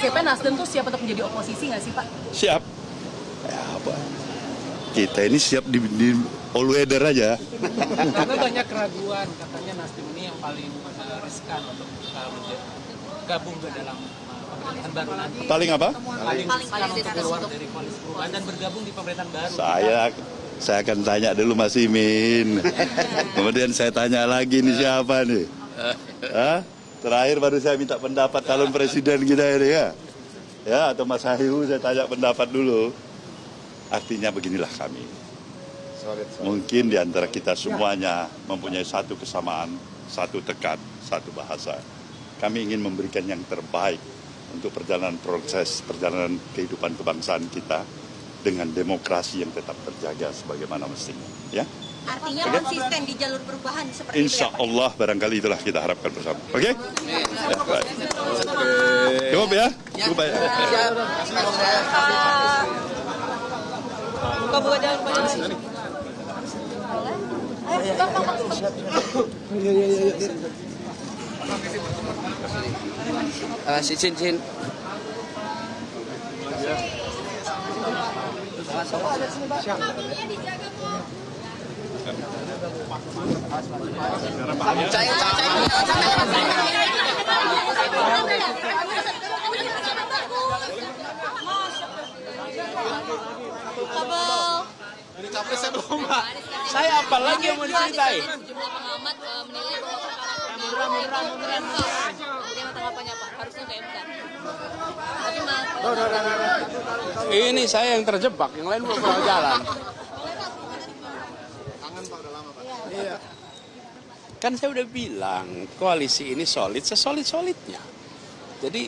KTP Nasdem tuh siap untuk menjadi oposisi nggak sih Pak? Siap. Ya, apa? Kita ini siap di all weather aja. Karena banyak keraguan, katanya Nasdem ini yang paling riskan untuk gabung ke dalam pemerintahan baru nanti. Paling apa? Paling riskan untuk keluar dari koalisi perubahan dan bergabung di pemerintahan baru. Saya akan tanya dulu Mas Imin. Kemudian saya tanya lagi nih siapa nih? Hah? Terakhir baru saya minta pendapat calon presiden kita ini ya. Ya, atau Mas Hayu saya tanya pendapat dulu. Artinya beginilah kami. Mungkin di antara kita semuanya mempunyai satu kesamaan, satu tekad, satu bahasa. Kami ingin memberikan yang terbaik untuk perjalanan kehidupan kebangsaan kita dengan demokrasi yang tetap terjaga sebagaimana mestinya. Ya? Artinya konsisten di jalur perubahan seperti Insya Allah barangkali itulah kita harapkan bersama. Oke? Ya, baik. Cukup ya? Cukup ya? Buka jalan Sin. Ini capres saya belum, Pak. Saya apa lagi yang mau diceritain? Jumlah pengamat menilai bahwa munduran. Bagaimana tanggapannya Pak? Harusnya ke MK. Ini saya yang terjebak, yang lain belum pernah jalan. Kangen Pak, udah lama Pak. Iya. Kan saya udah bilang, koalisi ini solid, sesolid-solidnya. Jadi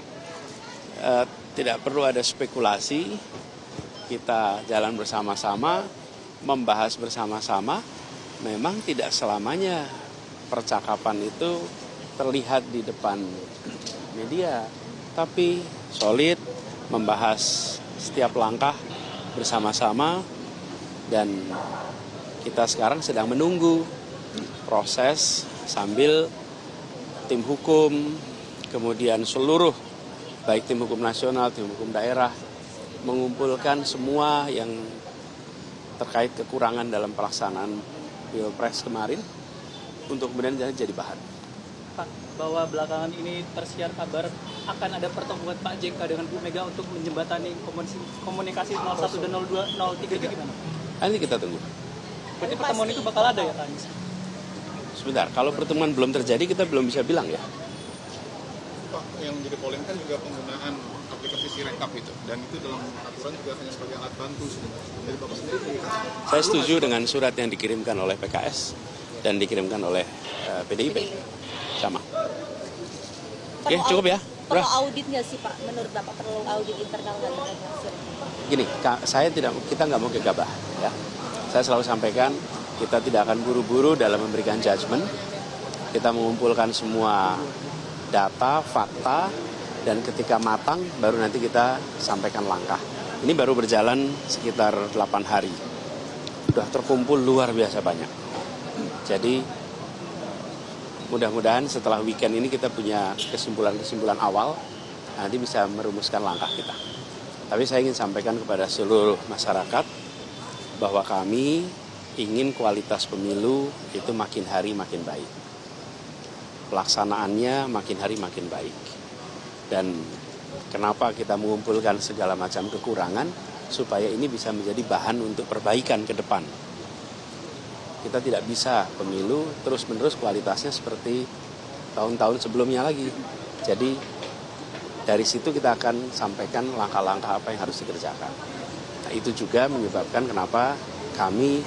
tidak perlu ada spekulasi, kita jalan bersama-sama, membahas bersama-sama. Memang tidak selamanya percakapan itu terlihat di depan media, tapi solid, membahas setiap langkah bersama-sama, dan kita sekarang sedang menunggu proses sambil tim hukum, kemudian seluruh baik tim hukum nasional, tim hukum daerah mengumpulkan semua yang terkait kekurangan dalam pelaksanaan Pilpres kemarin untuk kemudian jadi bahan. Pak, bahwa belakangan ini tersiar kabar akan ada pertemuan Pak JK dengan Bu Mega untuk menjembatani komunikasi 01 dan 02, 03 itu gimana? Nanti kita tunggu. Berarti pertemuan itu bakal ada ya Pak Anies? Sebentar, kalau pertemuan belum terjadi kita belum bisa bilang ya. Pak, yang menjadi polemik kan juga penggunaan aplikasi Sirekap itu, dan itu dalam aturan juga hanya sebagai alat bantu sebenarnya. Dari Bapak sendiri, Saya setuju dengan surat yang dikirimkan oleh PKS dan dikirimkan oleh PDIP. Sama. Oke, cukup ya. Perlu audit nggak sih Pak? Menurut Bapak perlu audit internal nggak terkait hasil? Gini, kita nggak mau gegabah ya. Saya selalu sampaikan kita tidak akan buru-buru dalam memberikan judgement. Kita mengumpulkan semua data, fakta, dan ketika matang baru nanti kita sampaikan langkah. Ini baru berjalan sekitar 8 hari. Sudah terkumpul luar biasa banyak. Jadi mudah-mudahan setelah weekend ini kita punya kesimpulan-kesimpulan awal, nanti bisa merumuskan langkah kita. Tapi saya ingin sampaikan kepada seluruh masyarakat bahwa kami ingin kualitas pemilu itu makin hari makin baik. Pelaksanaannya makin hari makin baik. Dan kenapa kita mengumpulkan segala macam kekurangan, supaya ini bisa menjadi bahan untuk perbaikan ke depan. Kita tidak bisa pemilu terus-menerus kualitasnya seperti tahun-tahun sebelumnya lagi. Jadi dari situ kita akan sampaikan langkah-langkah apa yang harus dikerjakan. Nah, itu juga menyebabkan kenapa kami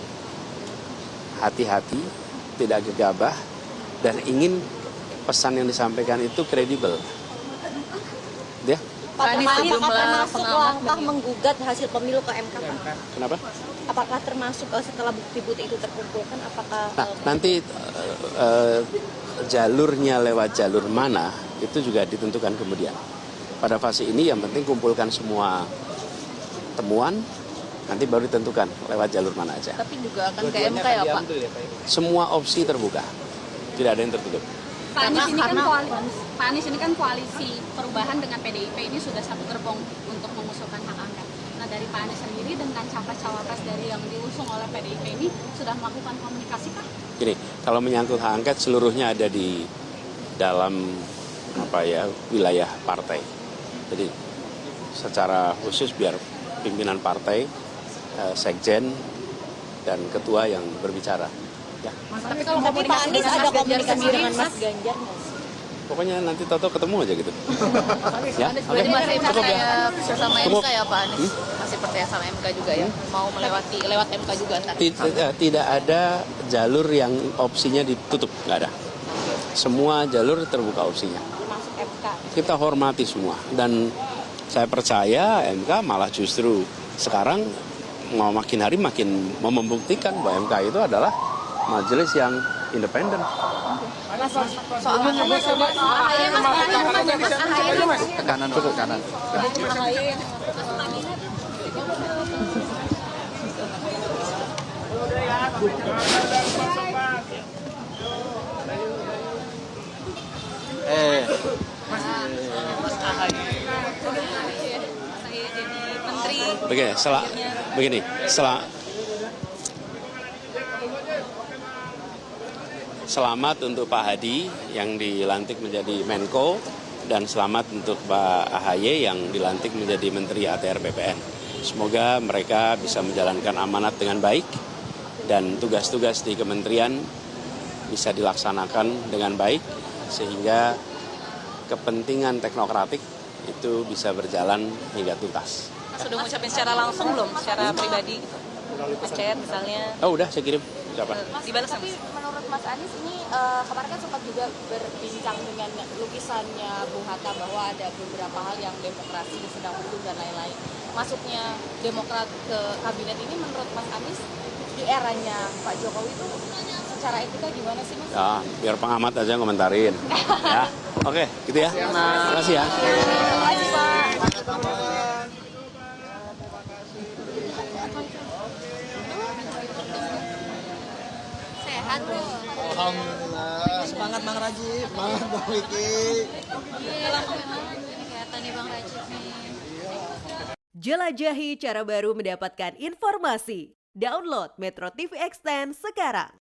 hati-hati, tidak gegabah, dan ingin pesan yang disampaikan itu kredibel. Ya? Pak Anies apakah termasuk langkah menggugat hasil pemilu ke MK Pak? Kenapa? Apakah termasuk setelah bukti-bukti itu terkumpulkan, apakah... Nah, nanti jalurnya lewat jalur mana itu juga ditentukan kemudian. Pada fase ini yang penting kumpulkan semua temuan, nanti baru ditentukan lewat jalur mana aja. Tapi juga akan ke MK ya Pak? Semua opsi terbuka, tidak ada yang tertutup. Pak Anies ini kan koalisi perubahan dengan PDIP ini sudah satu gerbong untuk mengusulkan hak angket. Nah dari Pak Anies sendiri dengan capres-cawapres dari yang diusung oleh PDIP ini sudah melakukan komunikasi kah? Gini, kalau menyangkut hak angket seluruhnya ada di dalam wilayah partai. Jadi secara khusus biar pimpinan partai, sekjen dan ketua yang berbicara. Ya. Tapi kalau Pak Anies ada komunikasi dengan Mas Ganjar nggak sih? Pokoknya nanti tahu ketemu aja gitu. Ya, oke. Berarti masih Cukup ya. percaya sama Cukup. MK ya Pak Anies? Masih percaya sama MK juga ya? Mau lewat MK juga ntar? Tidak ada jalur yang opsinya ditutup, nggak ada. Semua jalur terbuka opsinya. Masuk MK. Kita hormati semua dan saya percaya MK malah justru sekarang mau makin hari makin membuktikan bahwa MK itu adalah majelis yang independen. Soal AHY Mas, Ke kanan dulu, kanan. AHY yang saya jadi menteri. Begini, selamat untuk Pak Hadi yang dilantik menjadi Menko dan selamat untuk Pak AHY yang dilantik menjadi Menteri ATR BPN. Semoga mereka bisa menjalankan amanat dengan baik dan tugas-tugas di kementerian bisa dilaksanakan dengan baik sehingga kepentingan teknokratik itu bisa berjalan hingga tuntas. Mas sudah ngucapin secara langsung belum? Secara pribadi gitu? Mas Cahaya misalnya? Oh udah saya kirim. Siapa? Dibalas sama Tapi menurut Mas Anies ini kemarin kan sempat juga berbincang dengan lukisannya Bung Hatta bahwa ada beberapa hal yang demokrasi sedang belum dan lain-lain. Masuknya Demokrat ke kabinet ini menurut Mas Anies di eranya Pak Jokowi itu secara etika gimana sih Mas? Ya, biar pengamat aja yang komentarin. Ya, oke, gitu ya. Terima kasih ya. Terima kasih Pak. sehat tuh. Alhamdulillah. Semangat Bang Rajib, semangat Bang Wiki. Iya, lama memang kelihatan nih Bang Rajib nih. Jelajahi cara baru mendapatkan informasi. Download Metro TV Extend sekarang.